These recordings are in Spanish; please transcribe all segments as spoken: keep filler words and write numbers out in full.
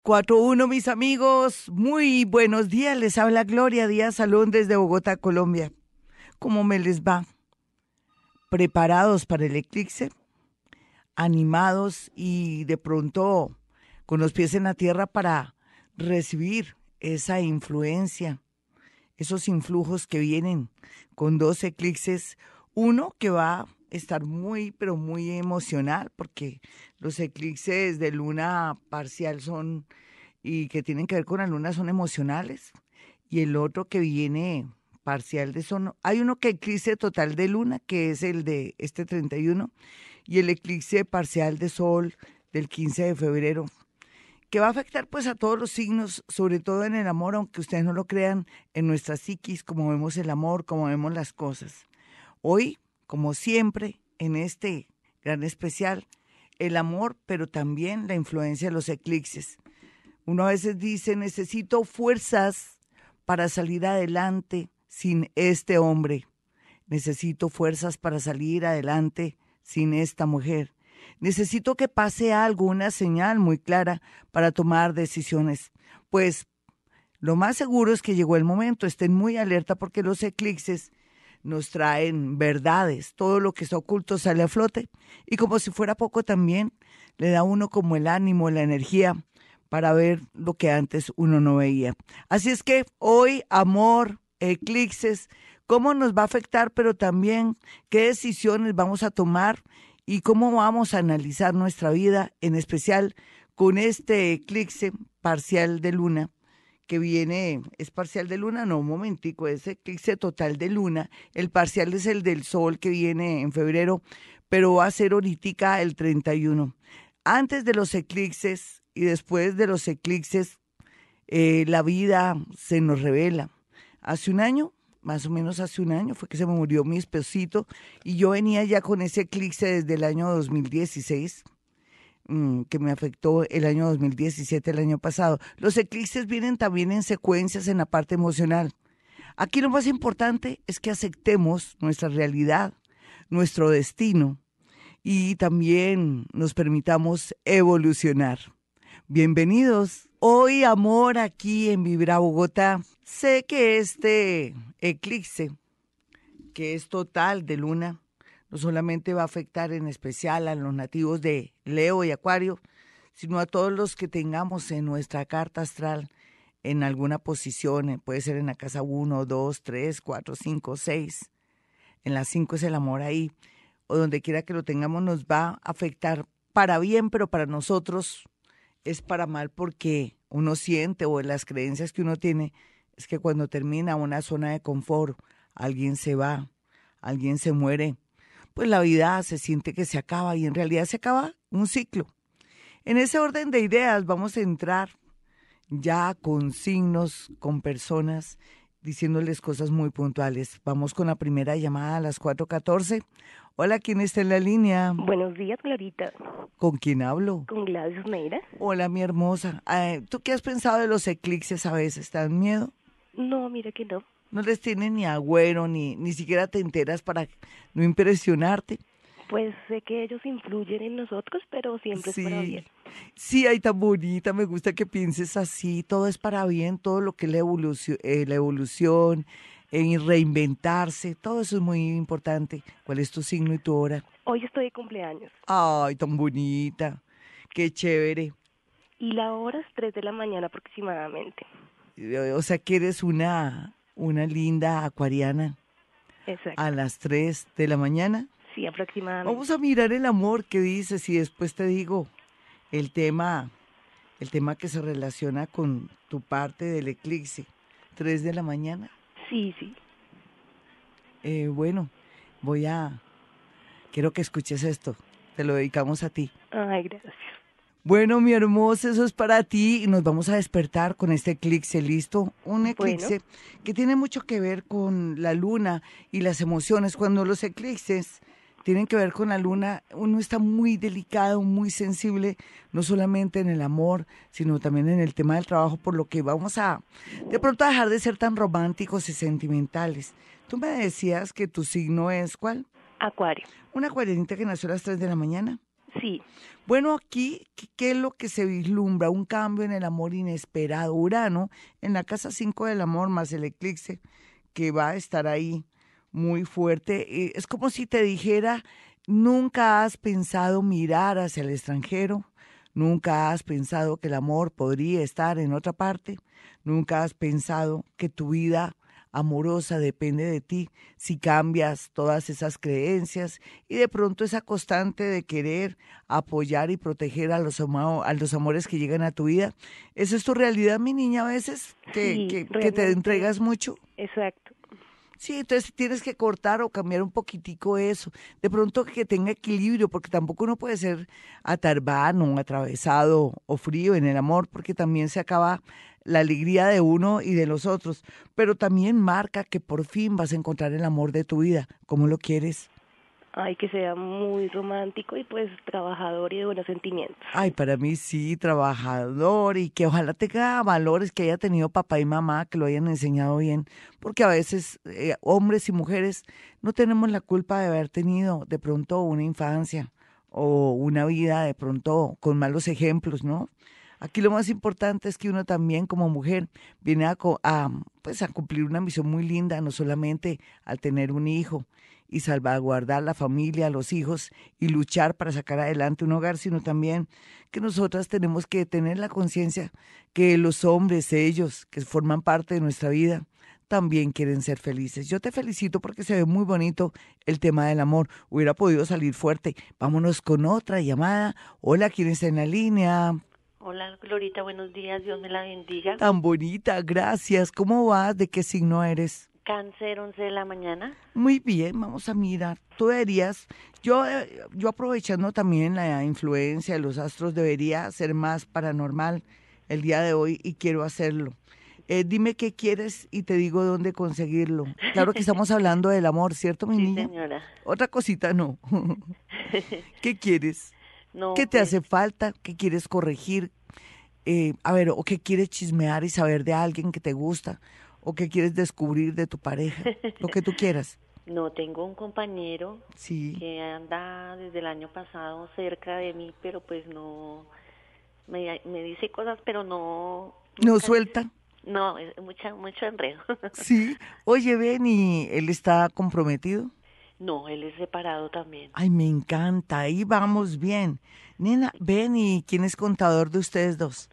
cuatro uno, mis amigos. Muy buenos días. Les habla Gloria Díaz Salón desde Bogotá, Colombia. ¿Cómo me les va? ¿Preparados para el eclipse? ¿Animados y de pronto con los pies en la tierra para recibir esa influencia, esos influjos que vienen con dos eclipses? Uno que va a estar muy, pero muy emocional, porque los eclipses de luna parcial son, y que tienen que ver con la luna, son emocionales. Y el otro que viene parcial de son, hay uno que eclipse total de luna, que es el de este treinta y uno, y el eclipse parcial de sol del quince de febrero, que va a afectar pues a todos los signos, sobre todo en el amor, aunque ustedes no lo crean, en nuestra psiquis, como vemos el amor, como vemos las cosas. Hoy, como siempre, en este gran especial, el amor, pero también la influencia de los eclipses. Uno a veces dice, necesito fuerzas para salir adelante sin este hombre. Necesito fuerzas para salir adelante sin esta mujer. Necesito que pase algo, una señal muy clara para tomar decisiones. Pues lo más seguro es que llegó el momento. Estén muy alerta porque los eclipses nos traen verdades. Todo lo que está oculto sale a flote. Y como si fuera poco también, le da a uno como el ánimo, la energía para ver lo que antes uno no veía. Así es que hoy, amor, eclipses, cómo nos va a afectar, pero también qué decisiones vamos a tomar y cómo vamos a analizar nuestra vida, en especial con este eclipse parcial de luna, que viene, ¿es parcial de luna? No, un momentico, es eclipse total de luna. El parcial es el del sol que viene en febrero, pero va a ser ahorita el treinta y uno. Antes de los eclipses y después de los eclipses, eh, la vida se nos revela. Hace un año, más o menos hace un año, fue que se me murió mi esposito y yo venía ya con ese eclipse desde el año dos mil dieciséis, que me afectó el año dos mil diecisiete, el año pasado. Los eclipses vienen también en secuencias en la parte emocional. Aquí lo más importante es que aceptemos nuestra realidad, nuestro destino y también nos permitamos evolucionar. Bienvenidos. Hoy, amor, aquí en Vibra Bogotá. Sé que este eclipse, que es total de luna, no solamente va a afectar en especial a los nativos de Leo y Acuario, sino a todos los que tengamos en nuestra carta astral en alguna posición, puede ser en la casa uno, dos, tres, cuatro, cinco, seis, en la cinco es el amor ahí, o donde quiera que lo tengamos nos va a afectar para bien, pero para nosotros es para mal, porque uno siente, o en las creencias que uno tiene, es que cuando termina una zona de confort, alguien se va, alguien se muere, pues la vida se siente que se acaba y en realidad se acaba un ciclo. En ese orden de ideas vamos a entrar ya con signos, con personas, diciéndoles cosas muy puntuales. Vamos con la primera llamada a las cuatro catorce. Hola, ¿quién está en la línea? Buenos días, Glorita. ¿Con quién hablo? Con Gladys Neira. Hola, mi hermosa. Ay, ¿tú qué has pensado de los eclipses a veces? ¿Te dan miedo? No, mira que no. No les tienen ni agüero, ni, ni siquiera te enteras para no impresionarte. Pues sé que ellos influyen en nosotros, pero siempre Sí, es para bien. Sí, ay, tan bonita, me gusta que pienses así, todo es para bien, todo lo que es la evolución, eh, la evolución, en reinventarse, todo eso es muy importante. ¿Cuál es tu signo y tu hora? Hoy estoy de cumpleaños. Ay, tan bonita, qué chévere. Y la hora es tres de la mañana aproximadamente. O sea que eres una, una linda acuariana. Exacto. A las tres de la mañana. Sí, aproximadamente. Vamos a mirar el amor que dices y después te digo el tema, el tema que se relaciona con tu parte del eclipse. Tres de la mañana. Sí, sí. Eh, bueno, voy a, quiero que escuches esto. Te lo dedicamos a ti. Ay, gracias. Bueno, mi hermosa, eso es para ti y nos vamos a despertar con este eclipse, ¿listo? Un eclipse bueno. que tiene mucho que ver con la luna y las emociones. Cuando los eclipses tienen que ver con la luna, uno está muy delicado, muy sensible, no solamente en el amor, sino también en el tema del trabajo, por lo que vamos a, de pronto, a dejar de ser tan románticos y sentimentales. Tú me decías que tu signo es, ¿cuál? Acuario. Una acuarianita que nació a las tres de la mañana. Sí, Bueno, aquí, ¿qué, qué es lo que se vislumbra? Un cambio en el amor inesperado. Urano, en la casa cinco del amor, más el eclipse, que va a estar ahí muy fuerte. Eh, Es como si te dijera, nunca has pensado mirar hacia el extranjero, nunca has pensado que el amor podría estar en otra parte, nunca has pensado que tu vida amorosa depende de ti si cambias todas esas creencias y de pronto esa constante de querer apoyar y proteger a los, ama- a los amores que llegan a tu vida. ¿Esa es tu realidad, mi niña, a veces? ¿Que, sí, que, que te realmente, entregas mucho? exacto. Sí, entonces tienes que cortar o cambiar un poquitico eso. De pronto que tenga equilibrio, porque tampoco uno puede ser atarbano, atravesado o frío en el amor, porque también se acaba la alegría de uno y de los otros. Pero también marca que por fin vas a encontrar el amor de tu vida. ¿Cómo lo quieres? Ay, que sea muy romántico y pues trabajador y de buenos sentimientos. Ay, para mí sí, trabajador y que ojalá tenga valores, que haya tenido papá y mamá, que lo hayan enseñado bien, porque a veces eh, hombres y mujeres no tenemos la culpa de haber tenido de pronto una infancia o una vida de pronto con malos ejemplos, ¿no? Aquí lo más importante es que uno también como mujer viene a, co- a, pues a cumplir una misión muy linda, no solamente al tener un hijo y salvaguardar la familia, los hijos y luchar para sacar adelante un hogar, sino también que nosotras tenemos que tener la conciencia que los hombres, ellos que forman parte de nuestra vida, también quieren ser felices. Yo te felicito porque se ve muy bonito el tema del amor. Hubiera podido salir fuerte. Vámonos con otra llamada. Hola, ¿quién está en la línea? Hola, Glorita, buenos días, Dios me la bendiga. Tan bonita, gracias. ¿Cómo vas? ¿De qué signo eres? Cáncer, once de la mañana. Muy bien, vamos a mirar. Tú deberías, yo, eh, yo aprovechando también la influencia de los astros, debería ser más paranormal el día de hoy y quiero hacerlo. Eh, dime qué quieres y te digo dónde conseguirlo. Claro que estamos hablando del amor, ¿cierto, mi Sí, niña? señora. Otra cosita no. ¿Qué quieres? No, ¿Qué te pues, hace falta? ¿Qué quieres corregir? Eh, a ver, o qué quieres chismear y saber de alguien que te gusta, o qué quieres descubrir de tu pareja, lo que tú quieras. no, tengo un compañero Sí, que anda desde el año pasado cerca de mí, pero pues no, me, me dice cosas, pero no, no nunca, suelta. no, es mucha, mucho enredo. Sí, oye, ven y él está comprometido. No, él es separado también. Ay, me encanta, ahí vamos bien. Nena, ven y ¿quién es contador de ustedes dos?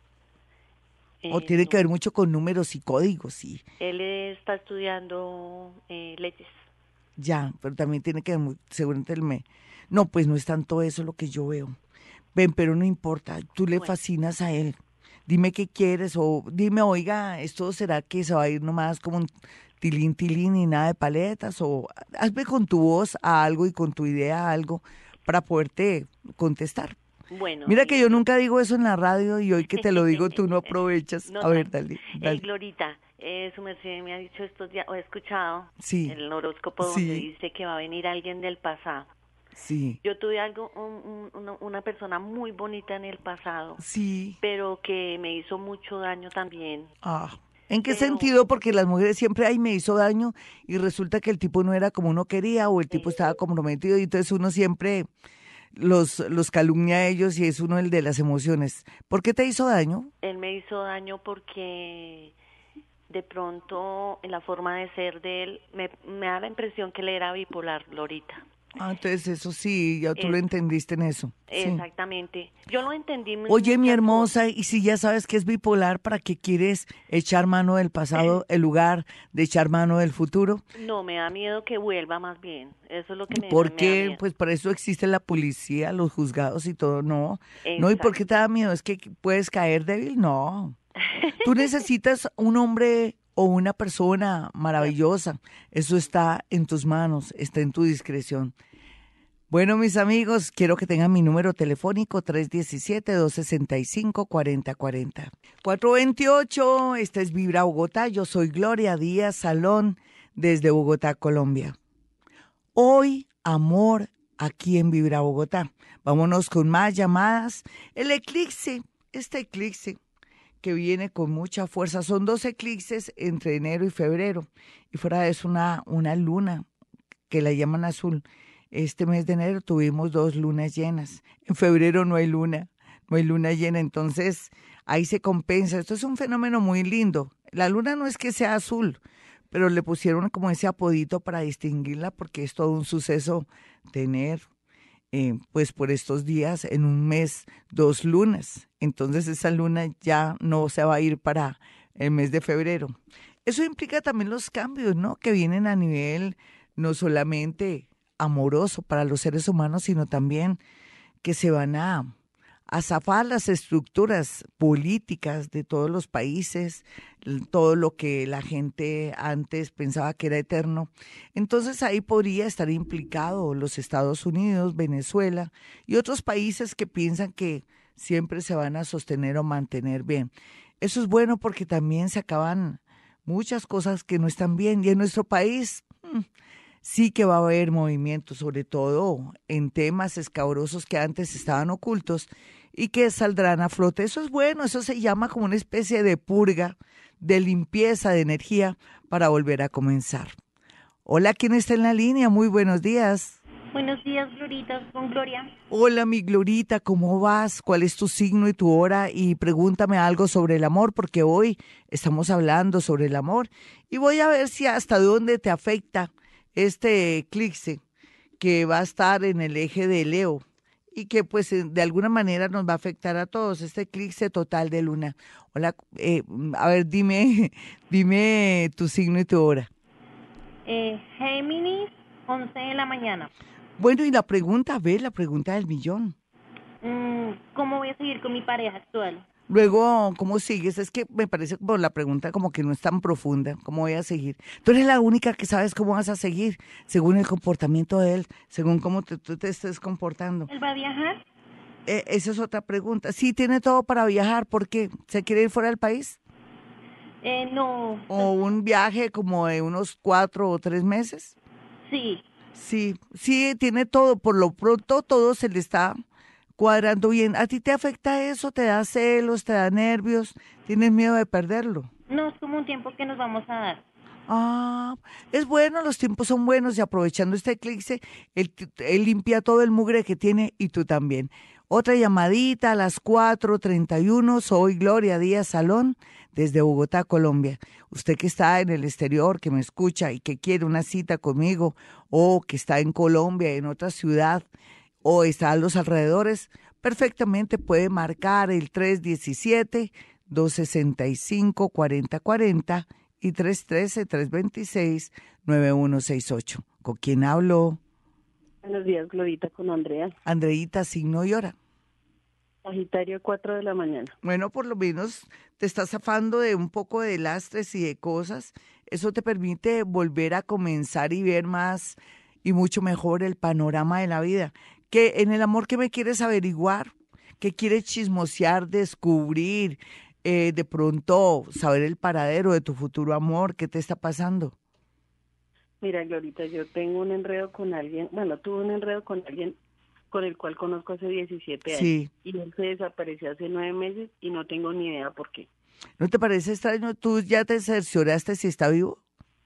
O Eh, tiene que no, ver mucho con números y códigos, sí, él está estudiando eh, leyes. ya, pero también tiene que ver, mu- seguramente el me. No, pues no es tanto eso lo que yo veo. Ven, pero no importa, tú le Bueno, fascinas a él. Dime qué quieres o dime, oiga, ¿esto será que se va a ir nomás como un tilín, tilín y nada de paletas? O hazme con tu voz a algo y con tu idea a algo para poderte contestar. bueno, Mira que mire, yo Glo- nunca digo eso en la radio y hoy que te lo digo tú no aprovechas. no, A ver, tranquilo. dale, Eh, dale. Glorita, eh, su merced me ha dicho estos días, o he escuchado Sí, el horóscopo donde sí, dice que va a venir alguien del pasado. sí, Yo tuve algo, un- un- una, una persona muy bonita en el pasado, sí. pero que me hizo mucho daño también. Ah, ¿en qué Pero sentido? Porque las mujeres siempre, ay, me hizo daño y resulta que el tipo no era como uno quería o el tipo eh, estaba comprometido y entonces uno siempre los, los calumnia a ellos y es uno el de las emociones. ¿Por qué te hizo daño? él me hizo daño porque de pronto en la forma de ser de él me, me da la impresión que él era bipolar, Glorita. Ah, entonces eso sí, ya tú lo Es, entendiste en eso. Sí. exactamente. Yo lo entendí en Oye, mi muchas cosas. hermosa, y si ya sabes que es bipolar, ¿para qué quieres echar mano del pasado en lugar de echar mano del futuro? No, me da miedo que vuelva más bien. Eso es lo que me, me, ¿Por me da qué? miedo. Pues para eso existe la policía, los juzgados y todo. No, no, ¿y por qué Exacto. te da miedo? ¿Es que puedes caer débil? No. Tú necesitas un hombre o una persona maravillosa. Eso está en tus manos, está en tu discreción. Bueno, mis amigos, quiero que tengan mi número telefónico tres uno siete, dos seis cinco, cuatro cero cuatro cero. cuatro veintiocho, esta es Vibra Bogotá, yo soy Gloria Díaz Salón desde Bogotá, Colombia. Hoy, amor, aquí en Vibra Bogotá. Vámonos con más llamadas. El eclipse, este eclipse que viene con mucha fuerza, son dos eclipses entre enero y febrero. Y fuera de eso una, una luna que la llaman azul. Este mes de enero tuvimos dos lunas llenas. En febrero no hay luna, no hay luna llena, entonces ahí se compensa. Esto es un fenómeno muy lindo. La luna no es que sea azul, pero le pusieron como ese apodito para distinguirla porque es todo un suceso tener, eh, pues por estos días, en un mes, dos lunas. Entonces esa luna ya no se va a ir para el mes de febrero. Eso implica también los cambios, ¿no? Que vienen a nivel no solamente amoroso para los seres humanos, sino también que se van a, a zafar las estructuras políticas de todos los países, todo lo que la gente antes pensaba que era eterno. Entonces ahí podría estar implicado los Estados Unidos, Venezuela y otros países que piensan que siempre se van a sostener o mantener bien. Eso es bueno porque también se acaban muchas cosas que no están bien. Y en nuestro país mmm, sí que va a haber movimiento, sobre todo en temas escabrosos que antes estaban ocultos y que saldrán a flote. Eso es bueno, eso se llama como una especie de purga, de limpieza de energía para volver a comenzar. Hola, ¿quién está en la línea? Muy buenos días. Buenos días, Glorita, con Gloria. Hola, mi Glorita, ¿cómo vas? ¿Cuál es tu signo y tu hora? Y pregúntame algo sobre el amor, porque hoy estamos hablando sobre el amor. Y voy a ver si hasta dónde te afecta este eclipse que va a estar en el eje de Leo y que pues de alguna manera nos va a afectar a todos, este eclipse total de luna. Hola, eh, a ver, dime, dime tu signo y tu hora. Eh, Géminis, once de la mañana. Bueno, y la pregunta, a ver, la pregunta del millón. Mm, ¿Cómo voy a seguir con mi pareja actual? Luego, ¿cómo sigues? Es que me parece como la pregunta como que no es tan profunda. ¿Cómo voy a seguir? Tú eres la única que sabes cómo vas a seguir, según el comportamiento de él, según cómo te, tú te estés comportando. ¿Él va a viajar? Eh, esa es otra pregunta. Sí, tiene todo para viajar. ¿Por qué? ¿Se quiere ir fuera del país? Eh, no. ¿O un viaje como de unos cuatro o tres meses? Sí. Sí, sí, tiene todo. Por lo pronto todo se le está cuadrando bien. ¿A ti te afecta eso? ¿Te da celos? ¿Te da nervios? ¿Tienes miedo de perderlo? No, es como un tiempo que nos vamos a dar. Ah, es bueno, los tiempos son buenos y aprovechando este eclipse, él, él limpia todo el mugre que tiene y tú también. Otra llamadita a las cuatro treinta y uno, soy Gloria Díaz Salón desde Bogotá, Colombia. Usted que está en el exterior, que me escucha y que quiere una cita conmigo o que está en Colombia, en otra ciudad o está a los alrededores, perfectamente puede marcar el tres diecisiete, dos sesenta y cinco, cuarenta cuarenta y tres trece, tres veintiséis, nueve uno seis ocho. ¿Con quién hablo? Buenos días, Glorita, con Andrea. Andreita, signo y hora. Sagitario, cuatro de la mañana. Bueno, por lo menos te estás zafando de un poco de lastres y de cosas. Eso te permite volver a comenzar y ver más y mucho mejor el panorama de la vida. Que en el amor, ¿qué me quieres averiguar? ¿Qué quieres chismosear, descubrir? Eh, de pronto saber el paradero de tu futuro amor. ¿Qué te está pasando? Mira, Glorita, yo tengo un enredo con alguien, bueno, tuve un enredo con alguien con el cual conozco hace diecisiete años. Sí. Y él se desapareció hace nueve meses y no tengo ni idea por qué. ¿No te parece extraño? ¿Tú ya te cercioraste si está vivo?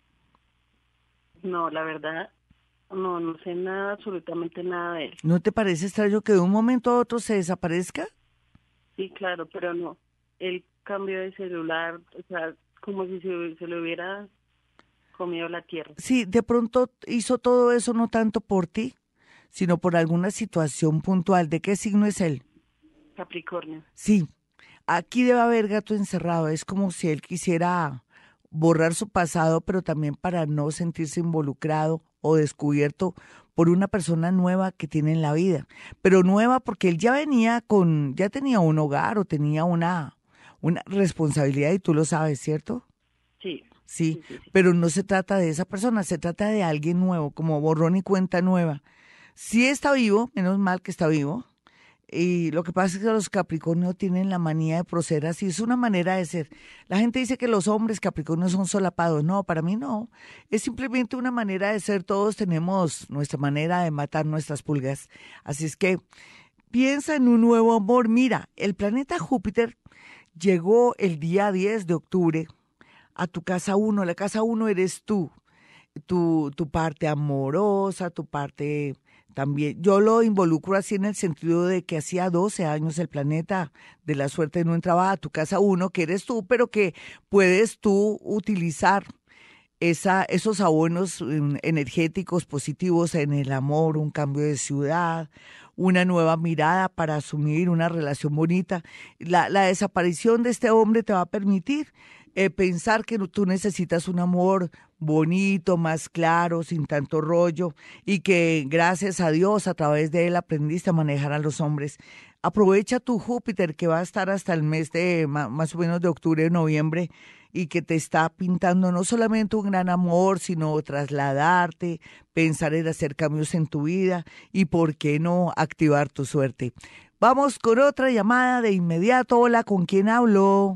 No, la verdad, no, no sé nada, absolutamente nada de él. ¿No te parece extraño que de un momento a otro se desaparezca? Sí, claro, pero no. El cambio de celular, o sea, como si se, se le hubiera comido la tierra. Sí, de pronto hizo todo eso no tanto por ti, sino por alguna situación puntual. ¿De qué signo es él? Capricornio. Sí, aquí debe haber gato encerrado. Es como si él quisiera borrar su pasado, pero también para no sentirse involucrado o descubierto por una persona nueva que tiene en la vida. Pero nueva porque él ya venía con, ya tenía un hogar o tenía una, una responsabilidad y tú lo sabes, ¿cierto? Sí. Sí, Sí, sí, sí. pero no se trata de esa persona, se trata de alguien nuevo, como borrón y cuenta nueva. Sí está vivo, menos mal que está vivo, y lo que pasa es que los Capricornios tienen la manía de proceder así, es una manera de ser. La gente dice que los hombres Capricornios son solapados, no, para mí no, es simplemente una manera de ser, todos tenemos nuestra manera de matar nuestras pulgas, así es que piensa en un nuevo amor. Mira, el planeta Júpiter llegó el día diez de octubre, a tu casa uno, la casa uno eres tú, tu, tu parte amorosa, tu parte también. Yo lo involucro así en el sentido de que hacía doce años el planeta de la suerte no entraba a tu casa uno, que eres tú, pero que puedes tú utilizar esa, esos abonos mm, energéticos positivos en el amor, un cambio de ciudad, una nueva mirada para asumir una relación bonita. La, la desaparición de este hombre te va a permitir eh, pensar que no- tú necesitas un amor bonito, más claro, sin tanto rollo, y que gracias a Dios a través de él aprendiste a manejar a los hombres. Aprovecha tu Júpiter que va a estar hasta el mes de ma- más o menos de octubre, noviembre, y que te está pintando no solamente un gran amor, sino trasladarte, pensar en hacer cambios en tu vida y por qué no activar tu suerte. Vamos con otra llamada de inmediato. Hola, ¿con quién hablo?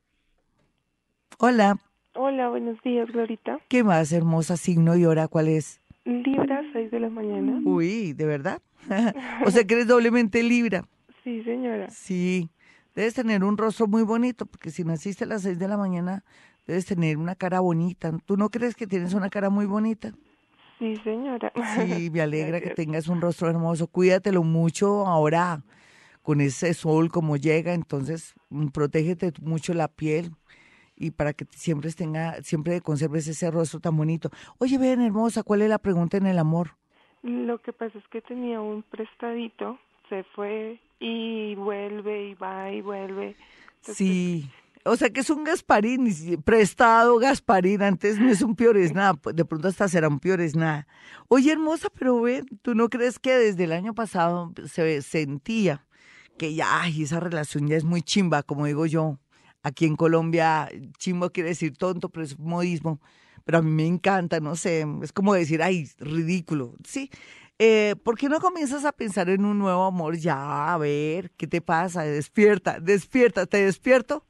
Hola, Hola, buenos días, Glorita. ¿qué más, hermosa signo y hora cuál es? Libra, seis de la mañana. Uy, ¿de verdad? O sea que eres doblemente Libra. Sí, señora. Sí, debes tener un rostro muy bonito, porque si naciste a las seis de la mañana, debes tener una cara bonita. ¿Tú no crees que tienes una cara muy bonita? Sí, señora. Sí, me alegra que Gracias. tengas un rostro hermoso. Cuídatelo mucho ahora con ese sol como llega, entonces mm, protégete mucho la piel y para que siempre tenga, siempre conserves ese rostro tan bonito. Oye, ven, hermosa, ¿cuál es la pregunta en el amor? Lo que pasa es que tenía un prestadito, se fue y vuelve y va y vuelve. Entonces, Sí, o sea que es un Gasparín, y si- prestado Gasparín, antes no es un Piores nada, pues de pronto hasta será un Piores nada. Oye, hermosa, pero ven, ¿tú no crees que desde el año pasado se sentía que ya, ay, esa relación ya es muy chimba, como digo yo? Aquí en Colombia, chimbo quiere decir tonto, pero es un modismo, pero a mí me encanta, no sé, es como decir, ay, ridículo, ¿sí? Eh, ¿por qué no comienzas a pensar en un nuevo amor? Ya, a ver, ¿qué te pasa? Despierta, despierta, ¿te despierto?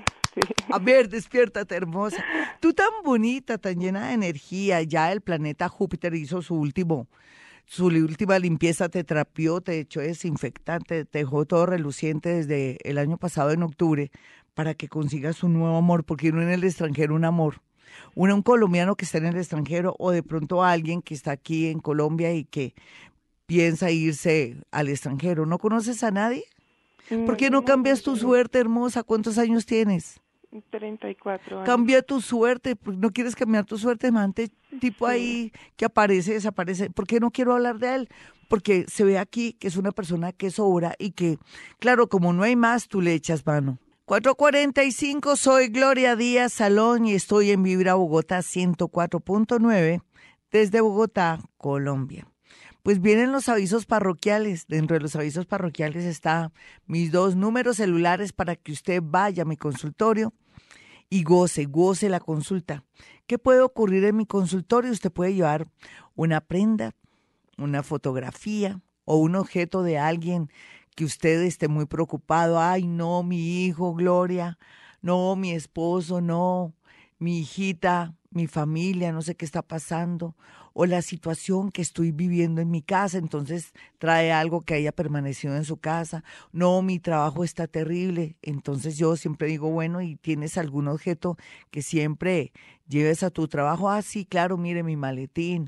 A ver, despiértate, hermosa. Tú tan bonita, tan llena de energía, ya el planeta Júpiter hizo su último, su li- última limpieza, te trapió, te echó desinfectante, te dejó todo reluciente desde el año pasado en octubre para que consigas un nuevo amor, porque uno en el extranjero un amor. Uno, un colombiano que está en el extranjero o de pronto alguien que está aquí en Colombia y que piensa irse al extranjero. ¿No conoces a nadie? ¿Por no, qué yo no no, cambias tu yo suerte, hermosa? ¿Cuántos años tienes? treinta y cuatro años. Cambia tu suerte, ¿por qué no quieres cambiar tu suerte? Mante tipo Sí. ahí que aparece, desaparece. ¿Por qué no quiero hablar de él? Porque se ve aquí que es una persona que sobra y que, claro, como no hay más, tú le echas mano. cuatro cuarenta y cinco, soy Gloria Díaz Salón y estoy en Vibra Bogotá ciento cuatro punto nueve desde Bogotá, Colombia. Pues vienen los avisos parroquiales. Dentro de los avisos parroquiales está mis dos números celulares para que usted vaya a mi consultorio y goce, goce la consulta. ¿Qué puede ocurrir en mi consultorio? Usted puede llevar una prenda, una fotografía o un objeto de alguien que usted esté muy preocupado. Ay, no, mi hijo, Gloria, no, mi esposo, no, mi hijita, mi familia, no sé qué está pasando, o la situación que estoy viviendo en mi casa, entonces trae algo que haya permanecido en su casa. No, mi trabajo está terrible, entonces yo siempre digo, bueno, ¿y tienes algún objeto que siempre lleves a tu trabajo? Ah, sí, claro, mire mi maletín,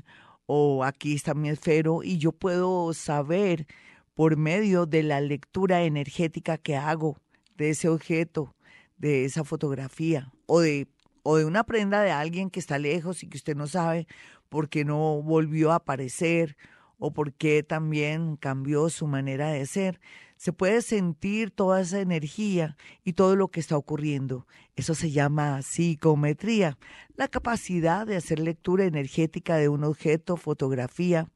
o aquí está mi esfero, y yo puedo saber por medio de la lectura energética que hago de ese objeto, de esa fotografía, o de o de una prenda de alguien que está lejos y que usted no sabe por qué no volvió a aparecer o por qué también cambió su manera de ser. Se puede sentir toda esa energía y todo lo que está ocurriendo. Eso se llama psicometría, la capacidad de hacer lectura energética de un objeto, fotografía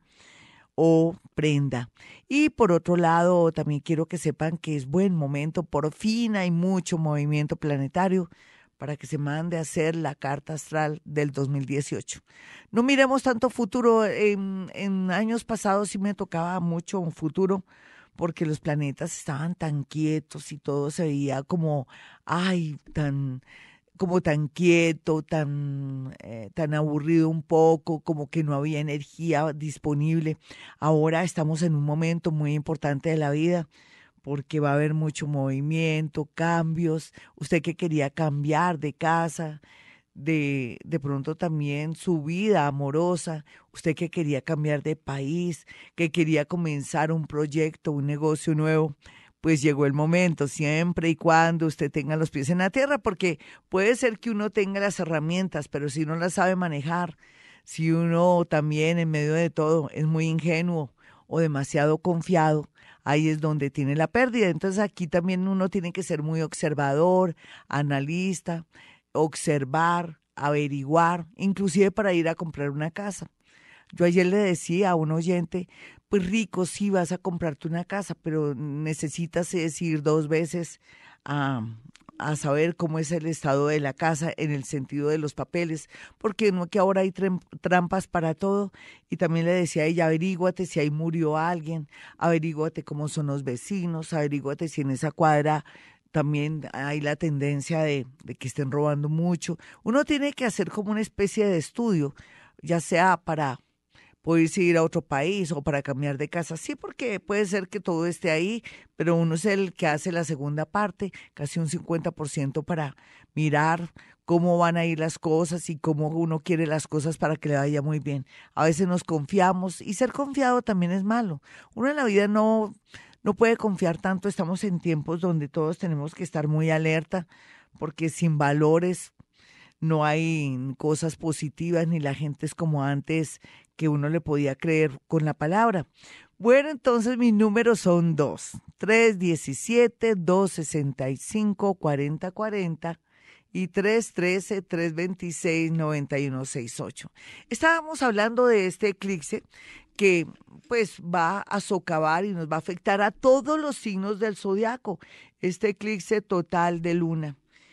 o prenda. Y por otro lado, también quiero que sepan que es buen momento, por fin hay mucho movimiento planetario para que se mande a hacer la carta astral del dos mil dieciocho. No miremos tanto futuro, en, en años pasados sí me tocaba mucho un futuro, porque los planetas estaban tan quietos y todo se veía como, ay, tan, como tan quieto, tan, eh, tan aburrido un poco, como que no había energía disponible. Ahora estamos en un momento muy importante de la vida, porque va a haber mucho movimiento, cambios. Usted que quería cambiar de casa, de de pronto también su vida amorosa, usted que quería cambiar de país, que quería comenzar un proyecto, un negocio nuevo, pues llegó el momento, siempre y cuando usted tenga los pies en la tierra, porque puede ser que uno tenga las herramientas, pero si no las sabe manejar, si uno también en medio de todo es muy ingenuo o demasiado confiado, ahí es donde tiene la pérdida. Entonces aquí también uno tiene que ser muy observador, analista, observar, averiguar, inclusive para ir a comprar una casa. Yo ayer le decía a un oyente, pues rico, sí vas a comprarte una casa, pero necesitas es ir dos veces a, a saber cómo es el estado de la casa en el sentido de los papeles, porque no que ahora hay trem- trampas para todo. Y también le decía a ella, averíguate si ahí murió alguien, averíguate cómo son los vecinos, averíguate si en esa cuadra también hay la tendencia de, de que estén robando mucho. Uno tiene que hacer como una especie de estudio, ya sea para poderse ir a otro país o para cambiar de casa. Sí, porque puede ser que todo esté ahí, pero uno es el que hace la segunda parte, casi un cincuenta por ciento para mirar cómo van a ir las cosas y cómo uno quiere las cosas para que le vaya muy bien. A veces nos confiamos y ser confiado también es malo. Uno en la vida no, no puede confiar tanto. Estamos en tiempos donde todos tenemos que estar muy alerta porque sin valores no hay cosas positivas ni la gente es como antes que uno le podía creer con la palabra. Bueno, entonces mis números son dos, tres diecisiete, dos sesenta y cinco, cuarenta cuarenta y tres trece, tres veintiséis, noventa y uno sesenta y ocho. Estábamos hablando de este eclipse que pues va a socavar y nos va a afectar a todos los signos del zodiaco, este eclipse total de luna.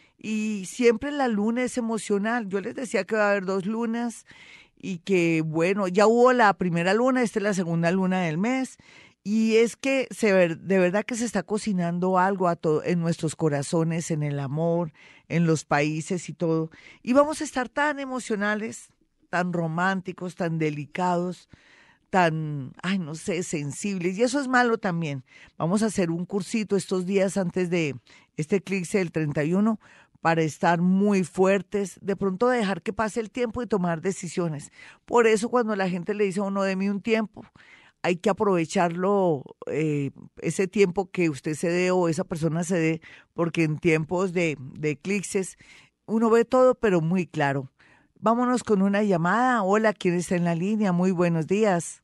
Y siempre la luna es emocional. Yo les decía que va a haber dos lunas y que, bueno, ya hubo la primera luna, esta es la segunda luna del mes. Y es que se ver, de verdad que se está cocinando algo a todo, en nuestros corazones, en el amor, en los países y todo. Y vamos a estar tan emocionales, tan románticos, tan delicados, tan, ay, no sé, sensibles. Y eso es malo también. Vamos a hacer un cursito estos días antes de este eclipse del treinta y uno para estar muy fuertes, de pronto dejar que pase el tiempo y tomar decisiones. Por eso cuando la gente le dice a uno, deme un tiempo, hay que aprovecharlo, eh, ese tiempo que usted se dé o esa persona se dé, porque en tiempos de, de eclipses uno ve todo, pero muy claro. Vámonos con una llamada. Hola, ¿quién está en la línea? Muy buenos días.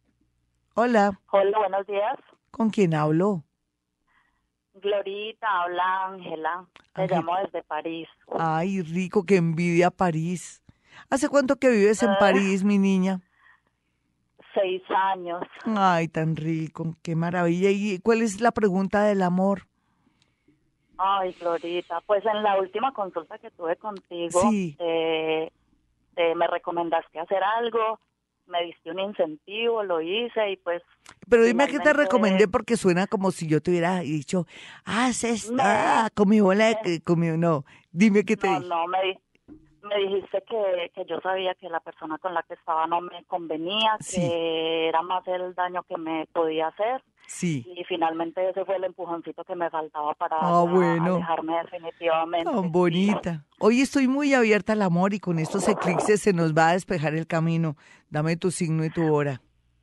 Hola. Hola, buenos días. ¿Con quién hablo? Glorita, habla Ángela. Te Ángel. llamo desde París. Ay, rico, que envidia París. ¿Hace cuánto que vives en Ah. París, mi niña? Seis años. Ay, tan rico, qué maravilla. ¿Y cuál es la pregunta del amor? Ay, Glorita, pues en la última consulta que tuve contigo, Sí. eh, eh, me recomendaste hacer algo, me diste un incentivo, lo hice y pues... Pero dime a qué te finalmente- recomendé porque suena como si yo te hubiera dicho, haz esto, Me- ah, con mi bola, de- con mi... No, dime qué te No, dije. no, me, di- me dijiste que, que yo sabía que la persona con la que estaba no me convenía, Sí. que era más el daño que me podía hacer. Sí. Y finalmente ese fue el empujoncito que me faltaba para Ah, ya bueno. alejarme definitivamente. Tan bonita. Hoy estoy muy abierta al amor y con estos eclipses se nos va a despejar el camino. Dame tu signo y tu hora.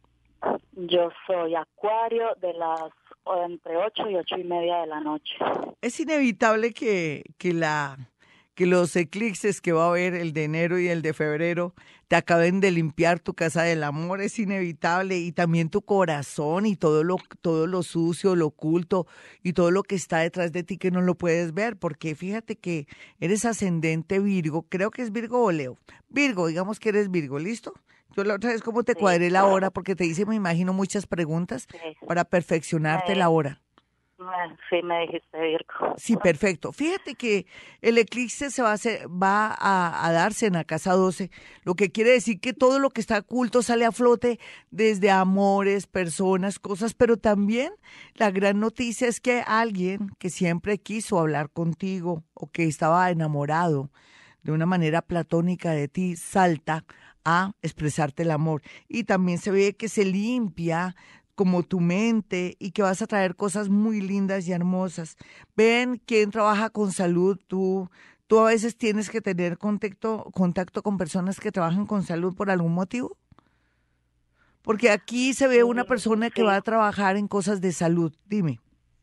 Yo soy Acuario de las o entre ocho y ocho y media de la noche. Es inevitable que, que, la, que los eclipses que va a haber, el de enero y el de febrero, te acaben de limpiar tu casa del amor. Es inevitable. Y también tu corazón y todo lo, todo lo sucio, lo oculto y todo lo que está detrás de ti que no lo puedes ver. Porque fíjate que eres ascendente Virgo. Creo que es Virgo o Leo. Virgo, digamos que eres Virgo. ¿Listo? Yo la otra vez como te Sí. cuadré la hora porque te hice, me imagino, muchas preguntas Sí, para perfeccionarte Me- la hora. me- sí me dijiste Virgo. Sí, perfecto. Fíjate que el eclipse se va a, hacer, va a, a darse en la casa doce, lo que quiere decir que todo lo que está oculto sale a flote, desde amores, personas, cosas, pero también la gran noticia es que alguien que siempre quiso hablar contigo o que estaba enamorado de una manera platónica de ti, salta a expresarte el amor. Y también se ve que se limpia como tu mente y que vas a traer cosas muy lindas y hermosas. Ven quién trabaja con salud, tú, ¿Tú a veces tienes que tener contacto, contacto con personas que trabajan con salud por algún motivo? Porque aquí se ve una persona que Sí. va a trabajar en cosas de salud. Dime.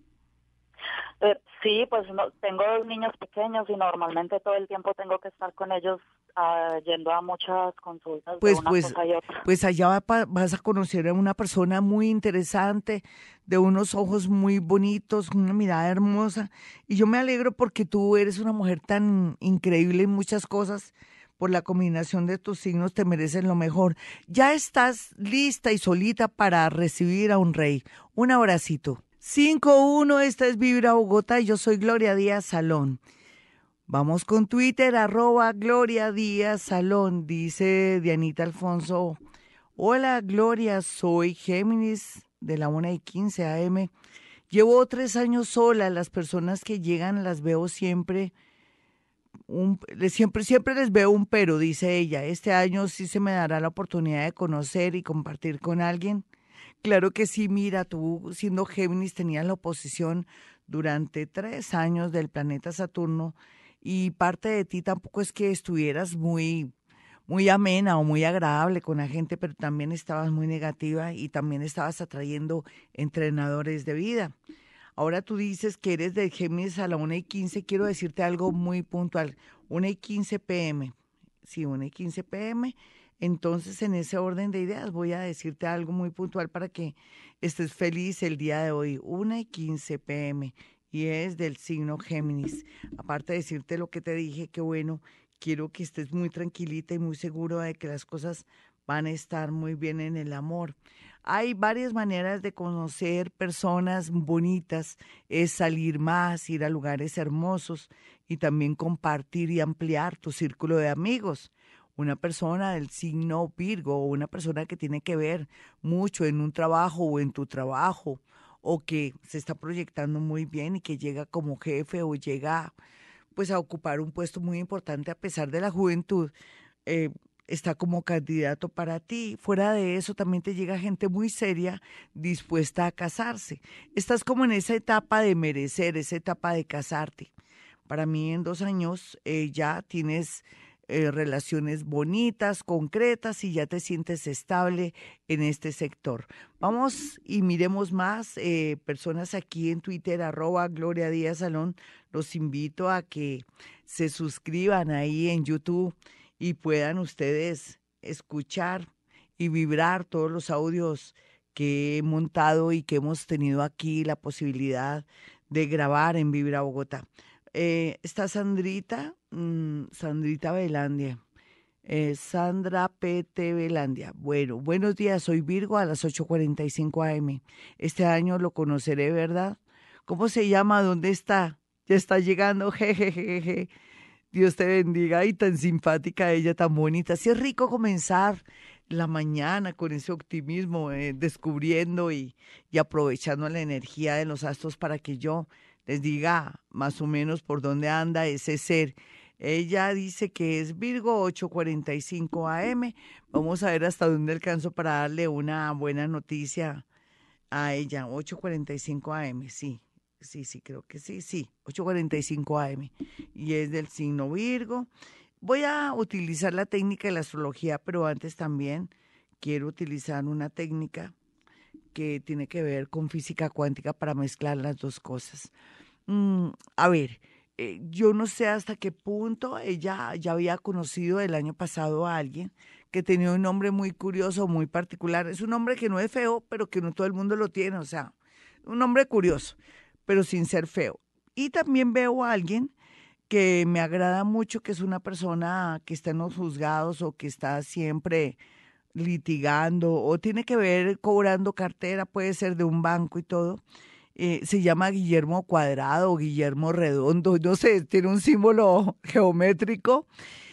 Eh, sí, pues no, tengo dos niños pequeños y normalmente todo el tiempo tengo que estar con ellos ah, yendo a muchas consultas Pues, de una pues, cosa y otra. pues allá va pa- vas a conocer a una persona muy interesante, de unos ojos muy bonitos, una mirada hermosa. Y yo me alegro porque tú eres una mujer tan increíble en muchas cosas. Por la combinación de tus signos te merecen lo mejor. Ya estás lista y solita para recibir a un rey. Un abracito. cinco uno, esta es Vibra Bogotá y yo soy Gloria Díaz Salón. Vamos con Twitter, arroba Gloria Díaz Salón, dice Dianita Alfonso. Hola Gloria, soy Géminis de la una y quince A M. Llevo tres años sola, las personas que llegan las veo siempre, un, siempre, siempre les veo un pero, dice ella. Este año sí se me dará la oportunidad de conocer y compartir con alguien. Claro que sí, mira, tú siendo Géminis tenías la oposición durante tres años del planeta Saturno y parte de ti tampoco es que estuvieras muy, muy amena o muy agradable con la gente, pero también estabas muy negativa y también estabas atrayendo entrenadores de vida. Ahora tú dices que eres de Géminis a la una y quince, quiero decirte algo muy puntual, una y quince P M, sí, una y quince P M, entonces en ese orden de ideas voy a decirte algo muy puntual para que estés feliz el día de hoy, una y quince P M, y es del signo Géminis. Aparte de decirte lo que te dije, que bueno, quiero que estés muy tranquilita y muy seguro de que las cosas van a estar muy bien en el amor. Hay varias maneras de conocer personas bonitas, es salir más, ir a lugares hermosos y también compartir y ampliar tu círculo de amigos. Una persona del signo Virgo o una persona que tiene que ver mucho en un trabajo o en tu trabajo o que se está proyectando muy bien y que llega como jefe o llega pues a ocupar un puesto muy importante a pesar de la juventud, eh, está como candidato para ti. Fuera de eso también te llega gente muy seria dispuesta a casarse. Estás como en esa etapa de merecer, esa etapa de casarte. Para mí en dos años eh, ya tienes eh, relaciones bonitas, concretas y ya te sientes estable en este sector. Vamos y miremos más eh, personas aquí en Twitter, arroba Gloria Díaz Salón. Los invito a que se suscriban ahí en YouTube y puedan ustedes escuchar y vibrar todos los audios que he montado y que hemos tenido aquí la posibilidad de grabar en Vibra Bogotá. Eh, está Sandrita, mmm, Sandrita Velandia, eh, Sandra P T Velandia. Bueno, buenos días, soy Virgo a las ocho cuarenta y cinco A M. Este año lo conoceré, ¿verdad? ¿Cómo se llama? ¿Dónde está? Ya está llegando, jejejeje. Dios te bendiga, y tan simpática ella, tan bonita. Sí es rico comenzar la mañana con ese optimismo, eh, descubriendo y, y aprovechando la energía de los astros para que yo les diga más o menos por dónde anda ese ser. Ella dice que es Virgo, ocho cuarenta y cinco A M. Vamos a ver hasta dónde alcanzo para darle una buena noticia a ella. ocho cuarenta y cinco A M, sí. Sí, sí, creo que sí, sí, ocho cuarenta y cinco A M y es del signo Virgo. Voy a utilizar la técnica de la astrología, pero antes también quiero utilizar una técnica que tiene que ver con física cuántica para mezclar las dos cosas. Mm, a ver, eh, yo no sé hasta qué punto ella ya había conocido el año pasado a alguien que tenía un nombre muy curioso, muy particular. Es un nombre que no es feo, pero que no todo el mundo lo tiene, o sea, un nombre curioso, pero sin ser feo. Y también veo a alguien que me agrada mucho, que es una persona que está en los juzgados o que está siempre litigando o tiene que ver cobrando cartera, puede ser de un banco y todo. Eh, se llama Guillermo Cuadrado o Guillermo Redondo, no sé, tiene un símbolo geométrico.